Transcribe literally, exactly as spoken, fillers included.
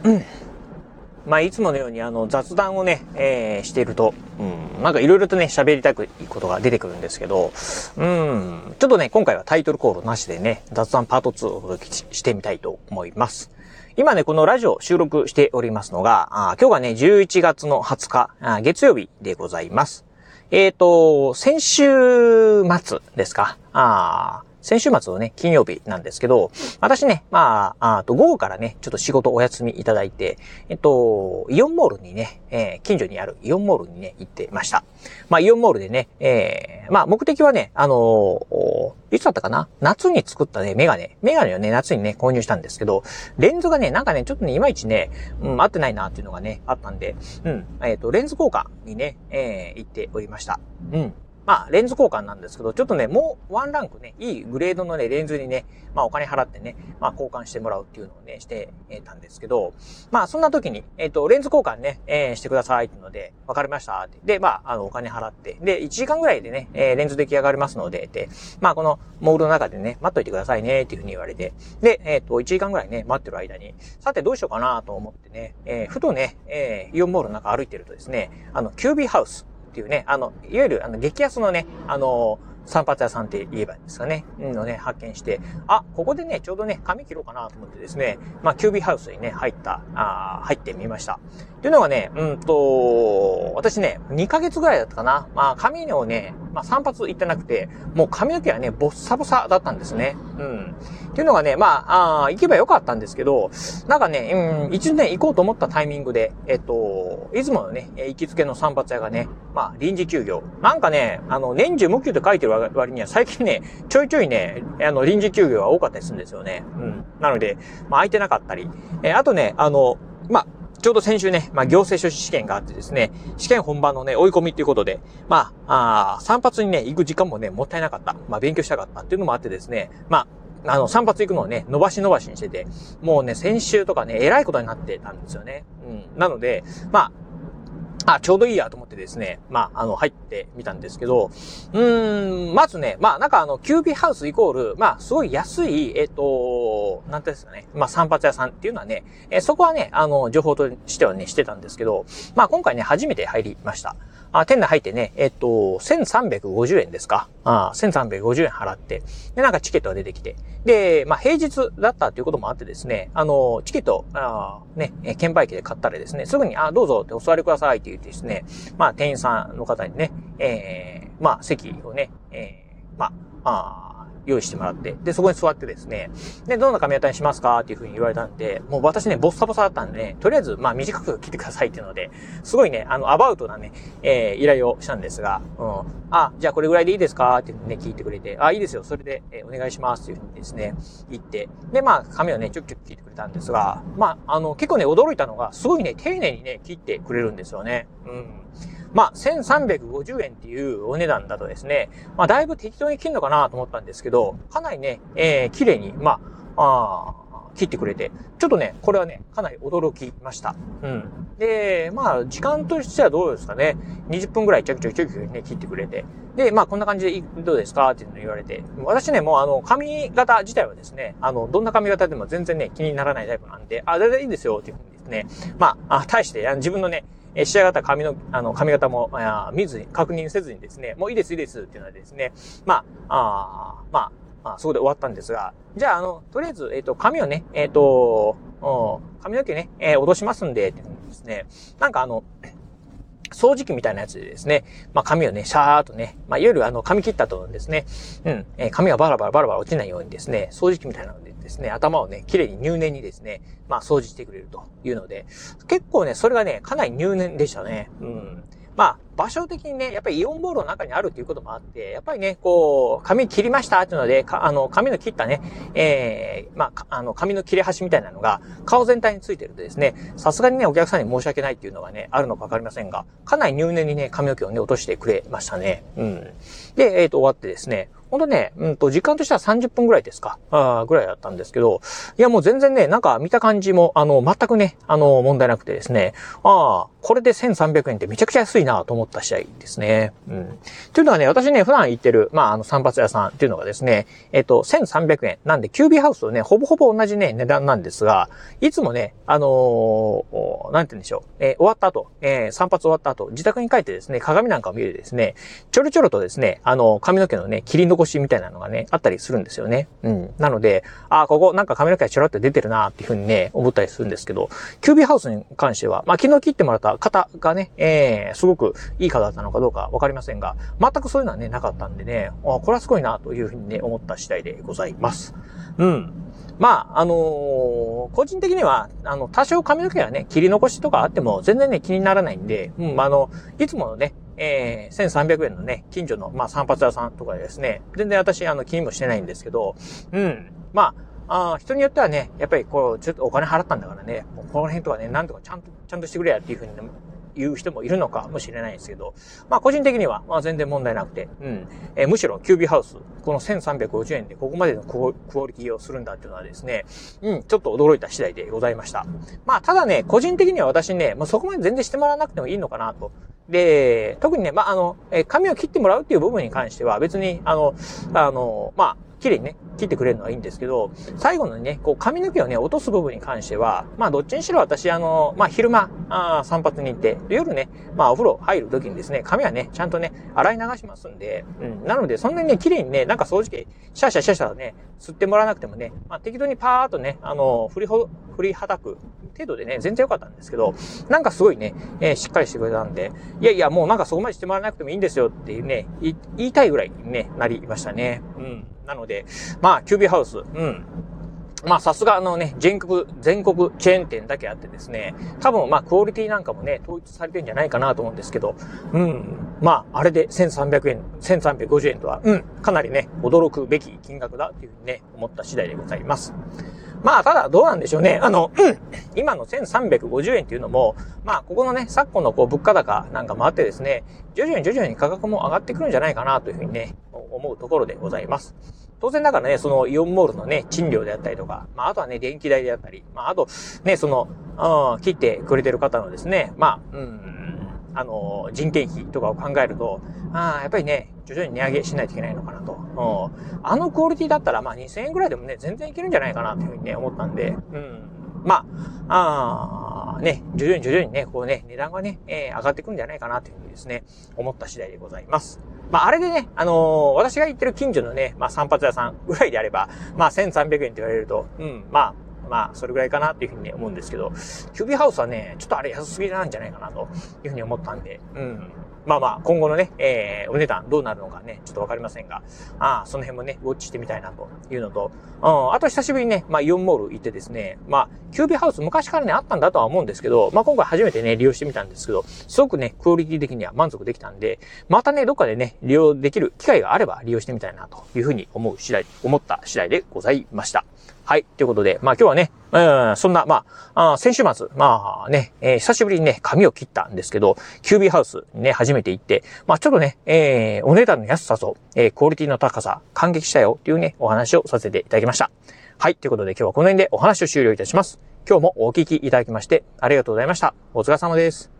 うん。まあ、いつものようにあの雑談をね、えー、していると、うん、なんかいろいろとね、喋りたくいことが出てくるんですけど、うん、ちょっとね、今回はタイトルコールなしでね、雑談パートツーをお届けしてみたいと思います。今ね、このラジオ収録しておりますのが、あ今日がね、じゅういちがつのはつか、あ月曜日でございます。えっと、先週末ですか。あ先週末のね、金曜日なんですけど、私ね、まあ、あと午後からね、ちょっと仕事お休みいただいて、えっと、イオンモールにね、えー、近所にあるイオンモールにね、行ってました。まあ、イオンモールでね、えー、まあ、目的はね、あのー、いつだったかな夏に作ったね、メガネ。メガネをね、夏にね、購入したんですけど、レンズがね、なんかね、ちょっとね、いまいちね、うん、合ってないなっていうのがね、あったんで、うん、えっと、レンズ交換にね、えー、行っておりました。うん。まあ、レンズ交換なんですけど、ちょっとね、もうワンランクね、いいグレードのね、レンズにね、まあお金払ってね、まあ交換してもらうっていうのをね、してたんですけど、まあそんな時に、えっと、レンズ交換ね、えー、してくださいっていうので、わかりましたって。で、まあ、あの、お金払って、で、いちじかんぐらいでね、えー、レンズ出来上がりますので、で、まあこのモールの中でね、待っといてくださいねっていうふうに言われて、で、えっと、いちじかんぐらいね、待ってる間に、さてどうしようかなと思ってね、えー、ふとね、えー、イオンモールの中歩いてるとですね、あの、キュービーハウス、っていうね、あの、いわゆる、あの、激安のね、あの、散髪屋さんって言えばいいんですかね、うん、のね、発見して、あ、ここでね、ちょうどね、髪切ろうかなと思ってですね、まあ、キュービーハウスにね、入った、あ入ってみました。というのがね、うんと、私ね、にかげつぐらいだったかな、まあ、髪をね、まあ、散髪行ってなくて、もう髪の毛はね、ボッサボサだったんですね。うん。っていうのがね、まあ、あ行けばよかったんですけど、なんかね、うん、一度ね、行こうと思ったタイミングで、えっと、出雲のね、行きつけの散髪屋がね、まあ、臨時休業。なんかね、あの、年中無休と書いてる割には、最近ね、ちょいちょいね、あの、臨時休業が多かったりするんですよね。うん。なので、まあ、空いてなかったり。えー、あとね、あの、まあ、ちょうど先週ね、まあ、行政書士試験があってですね、試験本番のね、追い込みっていうことで、まあ、あ散髪にね、行く時間もね、もったいなかった。まあ、勉強したかったっていうのもあってですね、まあ、あの、散髪行くのをね、伸ばし伸ばしにしてて、もうね、先週とかね、えらいことになってたんですよね。うん。なので、まあ、あ、ちょうどいいやと思ってですね、まあ、あの、入ってみたんですけど、うーん、まずね、まあ、なんかあの、キュービーハウスイコール、まあ、すごい安い、えっと、なんていうんですかね、まあ、散髪屋さんっていうのはね、えー、そこはね、あの、情報としてはね、してたんですけど、まあ、今回ね、初めて入りました。あ、店内入ってね、えっと、せんさんびゃくごじゅうえんですか。あ、せんさんびゃくごじゅうえん払って、で、なんかチケットが出てきて、で、まあ、平日だったということもあってですね、あの、チケット、あね、券売機で買ったらですね、すぐに、あ、どうぞってお座りくださいって言ってですね、まあ、店員さんの方にね、えー、まあ、席をね、えー、まあ、あ用意してもらって、で、そこに座ってですね、で、どんな髪型にしますかっていう風に言われたんで、もう私ね、ボッサボサだったんでね、とりあえず、まあ、短く切ってくださいっていうので、すごいね、あの、アバウトなね、えー、依頼をしたんですが、うん、あ、じゃあこれぐらいでいいですかっていう風にね、聞いてくれて、あ、いいですよ、それで、えー、お願いしますっていう風にですね、言って、で、まあ、髪をね、ちょくちょく切ってくれたんですが、まあ、あの、結構ね、驚いたのが、すごいね、丁寧にね、切ってくれるんですよね。うん。まあ、せんさんびゃくごじゅうえんっていうお値段だとですね、まあ、だいぶ適当に切るのかなと思ったんですけど、かなりね、えー、綺麗に、まあ、あ切ってくれて、ちょっとね、これはね、かなり驚きました。うん。で、まあ、時間としてはどうですかね。にじゅっぷんぐらいちょきちょきちょきちょきね、切ってくれて。で、まあ、こんな感じでどうですかっていうのを言われて。私ね、もうあの、髪型自体はですね、あの、どんな髪型でも全然ね、気にならないタイプなんで、あ、全然いいんですよっていうふうにですね。まあ、あ対して、自分のね、仕上がった髪の、あの、髪型も、見ずに、確認せずにですね、もういいです、いいですっていうのはですね、まあ、あまあ、まあ、そこで終わったんですが、じゃあ、あの、とりあえず、えっと、髪をね、えっと、髪の毛ね、えー、落としますんで、ってですね、なんかあの、掃除機みたいなやつでですね、まあ髪をね、シャーっとね、まあいわゆるあの髪切ったとですね、うん、えー、髪がバラバラバラバラ落ちないようにですね、掃除機みたいなのでですね、頭をね、綺麗に入念にですね、まあ掃除してくれるというので、結構ね、それがね、かなり入念でしたね。うん。まあ、場所的にね、やっぱりイオンモールの中にあるということもあって、やっぱりね、こう、髪切りましたっていうので、かあの、髪の切ったね、えー、まあ、あの、髪の切れ端みたいなのが、顔全体についてるとですね、さすがにね、お客さんに申し訳ないっていうのがね、あるのかわかりませんが、かなり入念にね、髪の毛をね、落としてくれましたね。うん。で、えっと、終わってですね、ほんとね、うんと、時間としてはさんじゅっぷんぐらいですか、あぐらいだったんですけど、いやもう全然ね、なんか見た感じも、あの、全くね、あの、問題なくてですね、ああ、 これでせんさんびゃくえんってめちゃくちゃ安いなと思った次第ですね。うん。というのはね、私ね、普段行ってる、まあ、あの、散髪屋さんっていうのがですね、えっと、せんさんびゃくえん。なんで、キュービーハウスとね、ほぼほぼ同じね、値段なんですが、いつもね、あのー、なんて言うんでしょう、えー、終わった後、えー、散髪終わった後、自宅に帰ってですね、鏡なんかを見るとですね、ちょろちょろとですね、あの、髪の毛のね、切り残しみたいなのがね、あったりするんですよね。うん。なので、あ、ここなんか髪の毛がちょろっと出てるなっていうふうにね、思ったりするんですけど、キュービーハウスに関しては、まあ、昨日切ってもらった方がね、えー、すごくいい方だったのかどうかわかりませんが、全くそういうのはね、なかったんでね、あ、これはすごいなというふうにね、思った次第でございます。うん。まあ、あのー、個人的には、あの、多少髪の毛がね、切り残しとかあっても全然ね、気にならないんで、うん、あの、いつものね、えー、せんさんびゃくえんのね、近所の、まあ、散髪屋さんとかでですね、全然私、あの、気にもしてないんですけど、うん、まあ、あ人によってはね、やっぱりこう、ちょっとお金払ったんだからね、もうこの辺とかね、なんとかちゃんと、ちゃんとしてくれやっていうふうに、ね、言う人もいるのかもしれないですけど、まあ個人的にはまあ全然問題なくて、うん、えー、むしろキュービーハウス、このせんさんびゃくごじゅうえんでここまでのクオリティをするんだっていうのはですね、うん、ちょっと驚いた次第でございました。まあただね、個人的には私ね、もうそこまで全然してもらわなくてもいいのかなと。で、特にね、まああの、えー、髪を切ってもらうっていう部分に関しては別に、あの、あの、まあ、綺麗にね、切ってくれるのはいいんですけど、最後のね、こう髪の毛をね、落とす部分に関しては、まあどっちにしろ私、あの、まあ昼間、あ散髪に行って、夜ね、まあお風呂入る時にですね、髪はね、ちゃんとね、洗い流しますんで、うん、なのでそんなにね、綺麗にね、なんか掃除機、シャシャシャシャね、吸ってもらわなくてもね、まあ適当にパーっとね、あの、振りほ、振りはたく程度でね、全然良かったんですけど、なんかすごいね、えー、しっかりしてくれたんで、いやいや、もうなんかそこまでしてもらわなくてもいいんですよっていうね、言いたいぐらいにね、なりましたね。うん。なので、まあ、キュービーハウス、うん。まあ、さすがあのね、全国、全国チェーン店だけあってですね、多分まあ、クオリティなんかもね、統一されてるんじゃないかなと思うんですけど、うん。まあ、あれでせんさんびゃくえん、せんさんびゃくごじゅうえんとは、うん、かなりね、驚くべき金額だというふうにね、思った次第でございます。まあ、ただどうなんでしょうね。あの、うん、今のせんさんびゃくごじゅうえんっていうのも、まあ、ここのね、昨今のこう、物価高なんかもあってですね、徐々に徐々に価格も上がってくるんじゃないかなというふうにね、思うところでございます。当然だからね、そのイオンモールのね、賃料であったりとか、まあ、あとはね、電気代であったり、まあ、あと、ね、その、うん、切ってくれてる方のですね、まあ、うん、あの、人件費とかを考えると、ああ、やっぱりね、徐々に値上げしないといけないのかなと。うん、あのクオリティだったら、まあ、にせんえんぐらいでもね、全然いけるんじゃないかなというふうにね、思ったんで、うん。まあ、ああ、ね、徐々に徐々にね、こうね、値段がね、えー、上がってくるんじゃないかなというふうにですね、思った次第でございます。まあ、あれでね、あのー、私が行ってる近所のね、まあ、散髪屋さんぐらいであれば、まあ、せんさんびゃくえんって言われると、うん、まあ、まあ、それぐらいかなっていうふうにね、思うんですけど、キュービーハウスはね、ちょっとあれ安すぎなんじゃないかなというふうに思ったんで、うん。まあまあ、今後のね、えー、お値段どうなるのかね、ちょっとわかりませんが、ああ、その辺もね、ウォッチしてみたいなというのと、うん、あと久しぶりにね、まあイオンモール行ってですね、まあ、キュービーハウス昔からね、あったんだとは思うんですけど、まあ今回初めてね、利用してみたんですけど、すごくね、クオリティ的には満足できたんで、またね、どっかでね、利用できる機会があれば利用してみたいなというふうに思う次第、思った次第でございました。はい。ということで、まあ今日はね、うん、そんな、まあ、あ先週末、まあね、えー、久しぶりにね、髪を切ったんですけど、キュービーハウスにね、初めて行って、まあちょっとね、えー、お値段の安さと、えー、クオリティの高さ、感激したよっていうね、お話をさせていただきました。はい。ということで今日はこの辺でお話を終了いたします。今日もお聞きいただきまして、ありがとうございました。お疲れ様です。